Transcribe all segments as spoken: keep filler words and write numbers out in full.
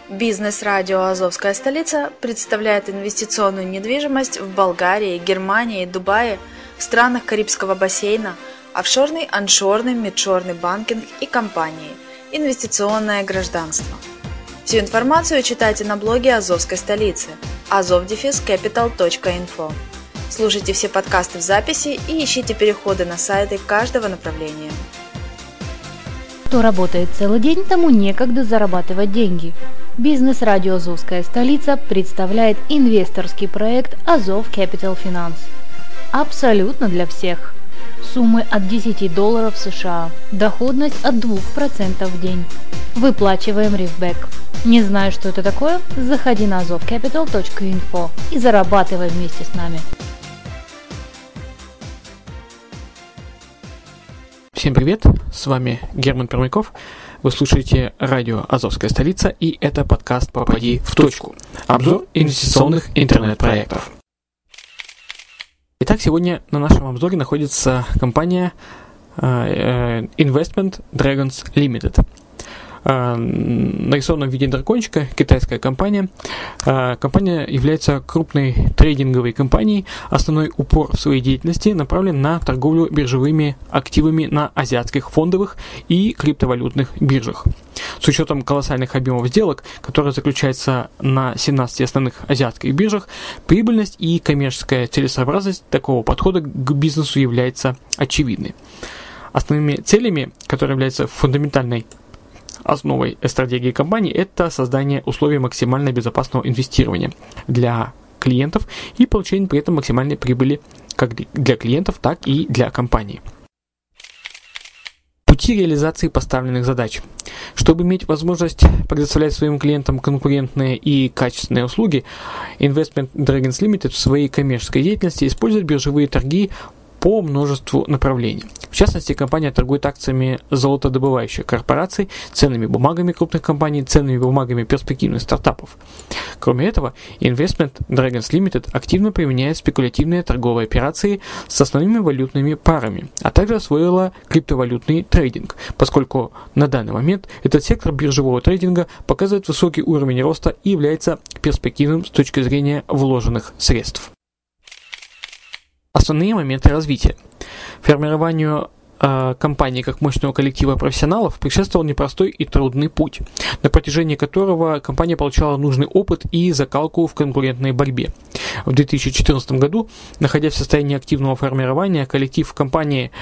Бизнес-радио «Азовская столица» представляет инвестиционную недвижимость в Болгарии, Германии, Дубае, в странах Карибского бассейна, офшорный, аншорный, мидшорный банкинг и компании, инвестиционное гражданство. Всю информацию читайте на блоге «Азовской столицы» азов дефис капитал точка инфо. Слушайте все подкасты в записи и ищите переходы на сайты каждого направления. Кто работает целый день, тому некогда зарабатывать деньги. Бизнес-радио «Азовская столица» представляет инвесторский проект «Азов Capital Finance». Абсолютно для всех. Суммы от десяти долларов США. Доходность от двух процентов в день. Выплачиваем рифбэк. Не знаешь, что это такое? Заходи на азов капитал точка инфо и зарабатывай вместе с нами. Всем привет, с вами Герман Пермяков, вы слушаете радио «Азовская столица» и это подкаст «Попади в точку». Обзор инвестиционных интернет-проектов. Итак, сегодня на нашем обзоре находится компания uh, Investment Dragons Limited. Uh, нарисована в виде дракончика, китайская компания. Uh, компания является крупной трейдинговой компанией. Основной упор в своей деятельности направлен на торговлю биржевыми активами на азиатских фондовых и криптовалютных биржах. С учетом колоссальных объемов сделок, которые заключаются на семнадцати основных азиатских биржах, прибыльность и коммерческая целесообразность такого подхода к бизнесу является очевидной. Основными целями, которые являются фундаментальной основой стратегии компании, это создание условий максимально безопасного инвестирования для клиентов и получение при этом максимальной прибыли как для клиентов, так и для компании. Пути реализации поставленных задач. Чтобы иметь возможность предоставлять своим клиентам конкурентные и качественные услуги, Investment Dragons Limited в своей коммерческой деятельности использует биржевые торги по множеству направлений. В частности, компания торгует акциями золотодобывающих корпораций, ценными бумагами крупных компаний, ценными бумагами перспективных стартапов. Кроме этого, Investment Dragons Limited активно применяет спекулятивные торговые операции с основными валютными парами, а также освоила криптовалютный трейдинг, поскольку на данный момент этот сектор биржевого трейдинга показывает высокий уровень роста и является перспективным с точки зрения вложенных средств. Основные моменты развития. Формированию э, компании как мощного коллектива профессионалов предшествовал непростой и трудный путь, на протяжении которого компания получала нужный опыт и закалку в конкурентной борьбе. В две тысячи четырнадцатом году, находясь в состоянии активного формирования, коллектив компании,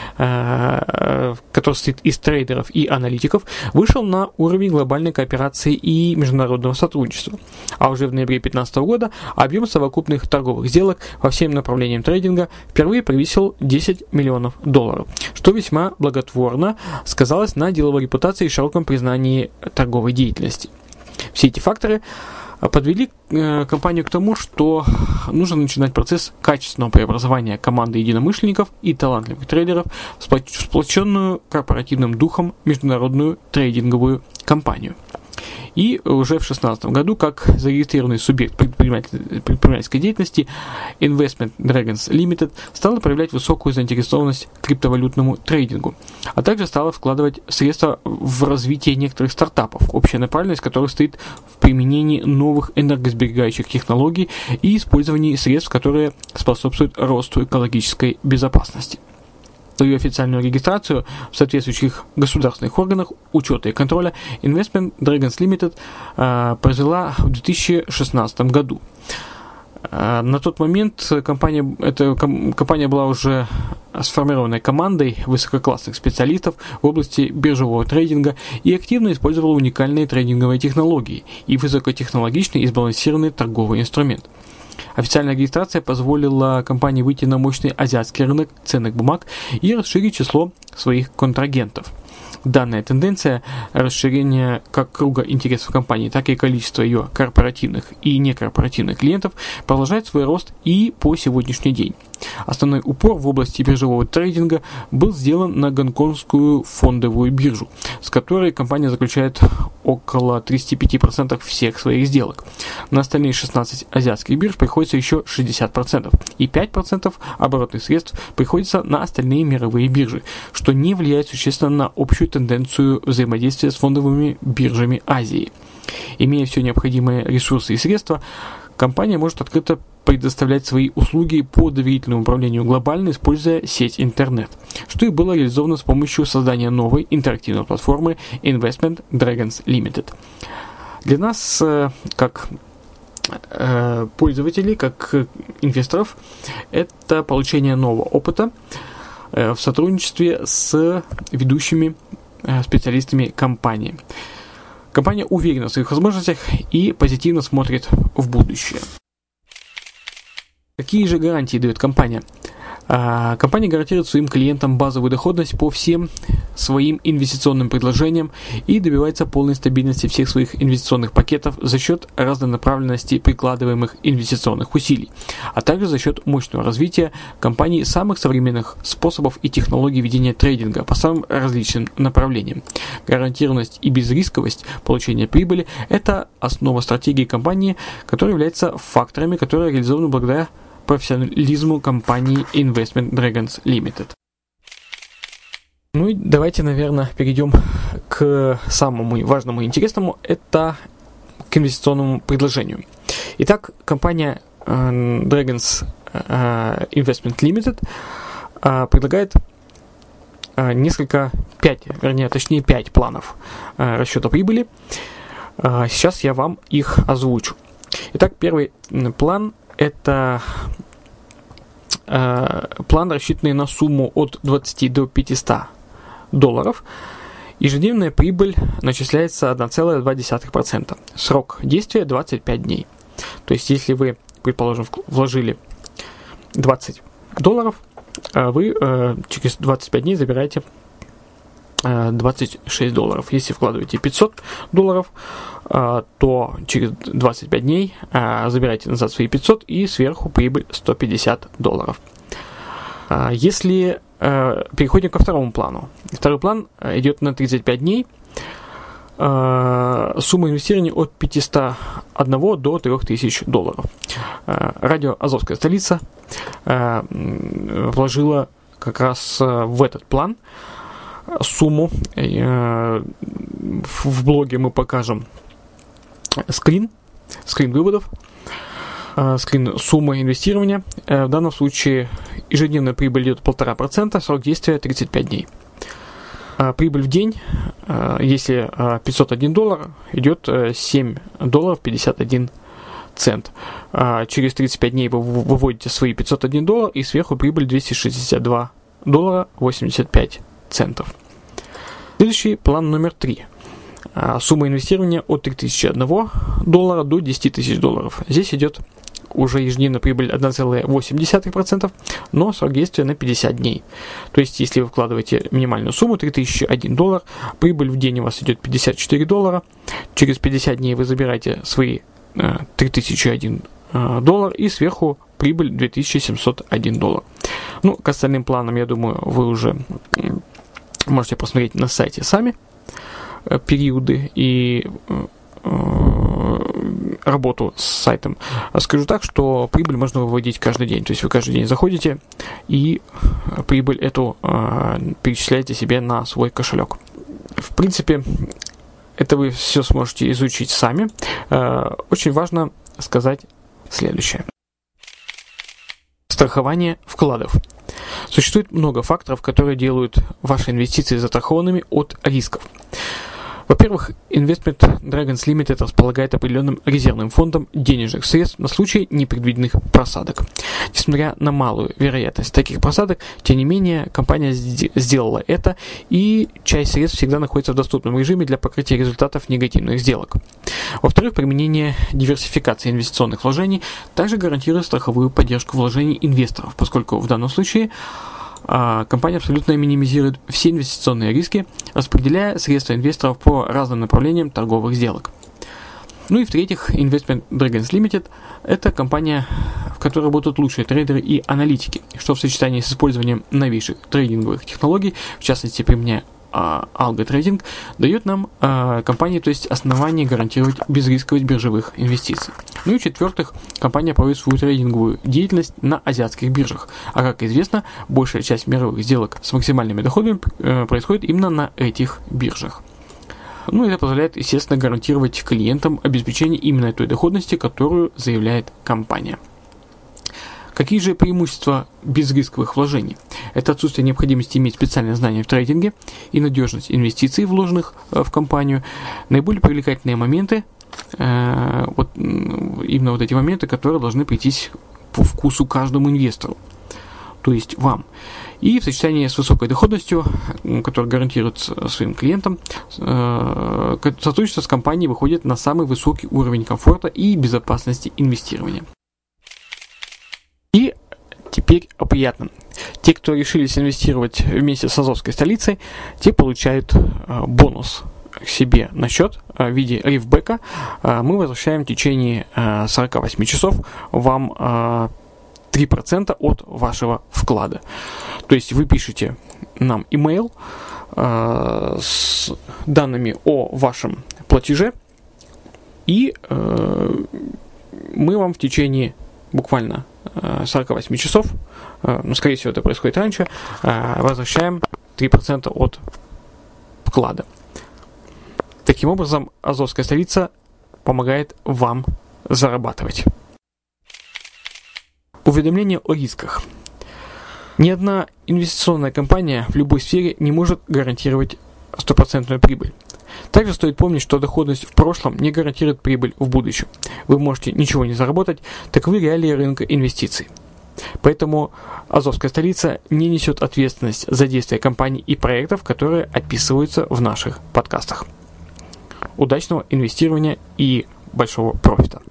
э, который состоит из трейдеров и аналитиков, вышел на уровень глобальной кооперации и международного сотрудничества. А уже в ноябре две тысячи пятнадцатого года объем совокупных торговых сделок по всем направлениям трейдинга впервые превысил десять миллионов долларов, что весьма благотворно сказалось на деловой репутации и широком признании торговой деятельности. Все эти факторы подвели э, компанию к тому, что нужно начинать процесс качественного преобразования команды единомышленников и талантливых трейдеров в сплоченную корпоративным духом международную трейдинговую компанию. И уже в две тысячи шестнадцатом году, как зарегистрированный субъект предпринимательской деятельности, Investment Dragons Limited стала проявлять высокую заинтересованность к криптовалютному трейдингу, а также стала вкладывать средства в развитие некоторых стартапов, общая направленность которых стоит в применении новых энергосберегающих технологий и использовании средств, которые способствуют росту экологической безопасности. Свою официальную регистрацию в соответствующих государственных органах учета и контроля Investment Dragons Limited э, произвела в две тысячи шестнадцатом году. Э, на тот момент компания, эта ком, компания была уже сформированной командой высококлассных специалистов в области биржевого трейдинга и активно использовала уникальные трейдинговые технологии и высокотехнологичный и сбалансированный торговый инструмент. Официальная регистрация позволила компании выйти на мощный азиатский рынок ценных бумаг и расширить число своих контрагентов. Данная тенденция расширения как круга интересов компании, так и количества ее корпоративных и некорпоративных клиентов продолжает свой рост и по сегодняшний день. Основной упор в области биржевого трейдинга был сделан на гонконгскую фондовую биржу, с которой компания заключает около тридцать пять процентов всех своих сделок. На остальные шестнадцать азиатских бирж приходится еще шестьдесят процентов, и пять процентов оборотных средств приходится на остальные мировые биржи, что не влияет существенно на общую тенденцию взаимодействия с фондовыми биржами Азии. Имея все необходимые ресурсы и средства, компания может открыто предоставлять свои услуги по доверительному управлению глобально, используя сеть интернет, что и было реализовано с помощью создания новой интерактивной платформы Investment Dragons Limited. Для нас, как пользователей, как инвесторов, это получение нового опыта в сотрудничестве с ведущими специалистами компании. Компания уверена в своих возможностях и позитивно смотрит в будущее. Какие же гарантии дает компания? А, компания гарантирует своим клиентам базовую доходность по всем своим инвестиционным предложениям и добивается полной стабильности всех своих инвестиционных пакетов за счет разнонаправленности прикладываемых инвестиционных усилий, а также за счет мощного развития компании самых современных способов и технологий ведения трейдинга по самым различным направлениям. Гарантированность и безрисковость получения прибыли – это основа стратегии компании, которая является факторами, которые реализованы благодаря профессионализму компании Investment Dragons Limited. Ну и давайте, наверное, перейдем к самому важному и интересному, это к инвестиционному предложению. Итак, компания uh, Dragons uh, Investment Limited uh, предлагает uh, несколько, пять, вернее, точнее пять планов uh, расчета прибыли. Uh, сейчас я вам их озвучу. Итак, первый план – это э, план, рассчитанный на сумму от двадцати до пятисот долларов. Ежедневная прибыль начисляется одна целая две десятых процента. Срок действия двадцать пять дней. То есть, если вы, предположим, вложили двадцать долларов, вы э, через двадцать пять дней забираете э, двадцать шесть долларов. Если вкладываете пятьсот долларов, то через двадцать пять дней а, забирайте назад свои пятьсот и сверху прибыль сто пятьдесят долларов. А, если а, переходим ко второму плану. Второй план идет на тридцать пять дней. А, сумма инвестирования от пятисот одного до трех тысяч долларов. А, радио «Азовская столица» а, вложила как раз в этот план сумму. А, в блоге мы покажем скрин, скрин выводов, э, скрин суммы инвестирования. Э, в данном случае ежедневная прибыль идет полтора процента, срок действия тридцать пять дней. Э, прибыль в день, э, если э, пятьсот один доллар, идет э, семь долларов пятьдесят один цент. Э, через тридцать пять дней вы выводите свои пятьсот один доллар и сверху прибыль двести шестьдесят два доллара восемьдесят пять центов. Следующий план номер три. Сумма инвестирования от три тысячи одного доллара до десяти тысяч долларов. Здесь идет уже ежедневная прибыль одна целая восемь десятых процента, но срок действия на пятьдесят дней. То есть, если вы вкладываете минимальную сумму три тысячи один доллар, прибыль в день у вас идет пятьдесят четыре доллара, через пятьдесят дней вы забираете свои э, три тысячи один э, доллар и сверху прибыль две тысячи семьсот один доллар. Ну, к остальным планам, я думаю, вы уже э, можете посмотреть на сайте сами периоды и э, работу с сайтом. Скажу так, что прибыль можно выводить каждый день. То есть вы каждый день заходите и прибыль эту э, перечисляете себе на свой кошелек. В принципе, это вы все сможете изучить сами. Э, очень важно сказать следующее. Страхование вкладов. Существует много факторов, которые делают ваши инвестиции застрахованными от рисков. Во-первых, Investment Dragons Limited располагает определенным резервным фондом денежных средств на случай непредвиденных просадок. Несмотря на малую вероятность таких просадок, тем не менее, компания сделала это, и часть средств всегда находится в доступном режиме для покрытия результатов негативных сделок. Во-вторых, применение диверсификации инвестиционных вложений также гарантирует страховую поддержку вложений инвесторов, поскольку в данном случае компания абсолютно минимизирует все инвестиционные риски, распределяя средства инвесторов по разным направлениям торговых сделок. Ну и в-третьих, Investment Dragons Limited – это компания, в которой работают лучшие трейдеры и аналитики, что в сочетании с использованием новейших трейдинговых технологий, в частности применяя а, алго-трейдинг дает нам а, компания, то есть основание гарантировать безрисковость биржевых инвестиций. Ну и в-четвертых, компания проводит свою трейдинговую деятельность на азиатских биржах. А как известно, большая часть мировых сделок с максимальными доходами э, происходит именно на этих биржах. Ну, это позволяет, естественно, гарантировать клиентам обеспечение именно той доходности, которую заявляет компания. Какие же преимущества безрисковых вложений? Это отсутствие необходимости иметь специальные знания в трейдинге и надежность инвестиций, вложенных в компанию. Наиболее привлекательные моменты, э, вот, именно вот эти моменты, которые должны прийтись по вкусу каждому инвестору, то есть вам. И в сочетании с высокой доходностью, которая гарантирует своим клиентам, сотрудничество с компанией выходит на самый высокий уровень комфорта и безопасности инвестирования. И теперь о приятном. Те, кто решились инвестировать вместе с Азовской столицей, те получают бонус к себе на счет в виде рифбека. Мы возвращаем в течение сорок восемь часов вам три процента от вашего вклада. То есть вы пишете нам имейл э, с данными о вашем платеже, и э, мы вам в течение буквально э, сорок восемь часов, э, ну, скорее всего, это происходит раньше, э, возвращаем три процента от вклада. Таким образом, Азовская столица помогает вам зарабатывать. Уведомление о рисках. Ни одна инвестиционная компания в любой сфере не может гарантировать стопроцентную прибыль. Также стоит помнить, что доходность в прошлом не гарантирует прибыль в будущем. Вы можете ничего не заработать, таковы реалии рынка инвестиций. Поэтому Азовская столица не несет ответственность за действия компаний и проектов, которые описываются в наших подкастах. Удачного инвестирования и большого профита!